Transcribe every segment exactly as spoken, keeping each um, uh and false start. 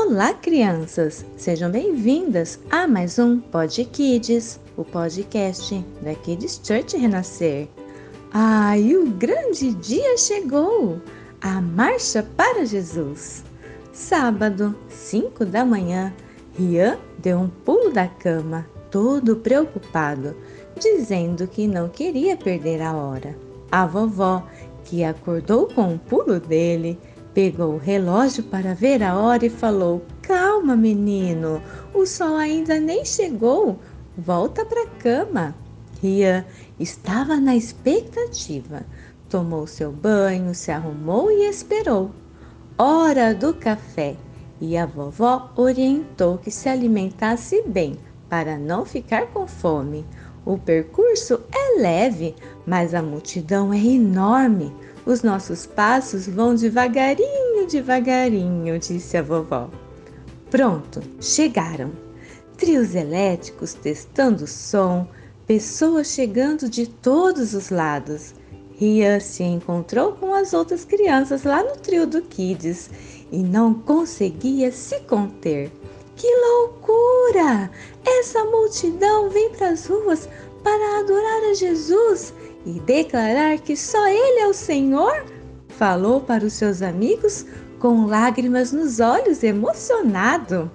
Olá, crianças! Sejam bem-vindas a mais um Pod Kids, o podcast da Kids Church Renascer. Ah, e o grande dia chegou! A Marcha para Jesus! Sábado, cinco da manhã, Rian deu um pulo da cama, todo preocupado, dizendo que não queria perder a hora. A vovó, que acordou com o pulo dele, pegou o relógio para ver a hora e falou: "Calma, menino, o sol ainda nem chegou, volta para a cama." Rian estava na expectativa, tomou seu banho, se arrumou e esperou. Hora do café, e a vovó orientou que se alimentasse bem, para não ficar com fome. O percurso é leve, mas a multidão é enorme. Os nossos passos vão devagarinho, devagarinho, disse a vovó. Pronto, chegaram. Trios elétricos testando o som, pessoas chegando de todos os lados. Rian se encontrou com as outras crianças lá no trio do Kids e não conseguia se conter. Que loucura! Essa multidão vem para as ruas para adorar a Jesus e declarar que só Ele é o Senhor? Falou para os seus amigos com lágrimas nos olhos, emocionado.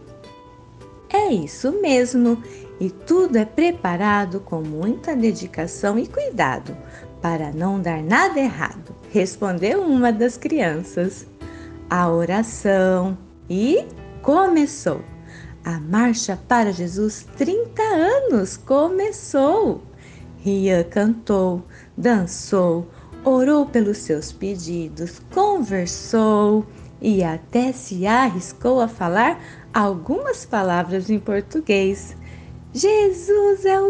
É isso mesmo, e tudo é preparado com muita dedicação e cuidado, para não dar nada errado, respondeu uma das crianças. A oração e começou. A Marcha para Jesus trinta anos começou. Rian cantou, dançou, orou pelos seus pedidos, conversou e até se arriscou a falar algumas palavras em português. Jesus é o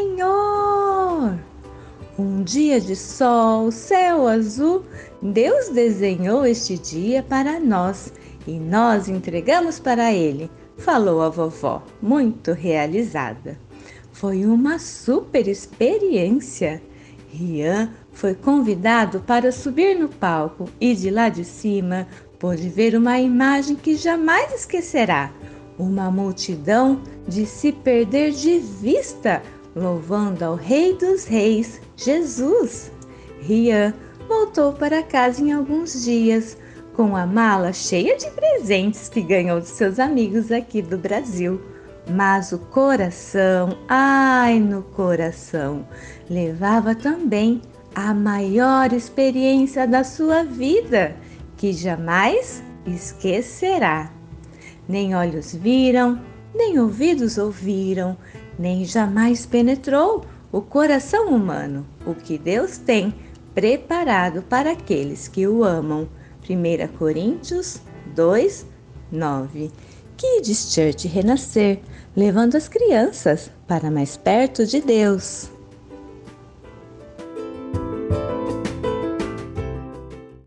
Senhor! Um dia de sol, céu azul, Deus desenhou este dia para nós e nós entregamos para Ele, falou a vovó, muito realizada. Foi uma super experiência. Rian foi convidado para subir no palco e de lá de cima pôde ver uma imagem que jamais esquecerá. Uma multidão de se perder de vista, louvando ao Rei dos Reis, Jesus. Rian voltou para casa em alguns dias, com a mala cheia de presentes que ganhou de seus amigos aqui do Brasil. Mas o coração, ai no coração, levava também a maior experiência da sua vida, que jamais esquecerá. Nem olhos viram, nem ouvidos ouviram, nem jamais penetrou o coração humano, o que Deus tem preparado para aqueles que o amam. primeira Coríntios dois, nove. Kids Church Renascer, levando as crianças para mais perto de Deus.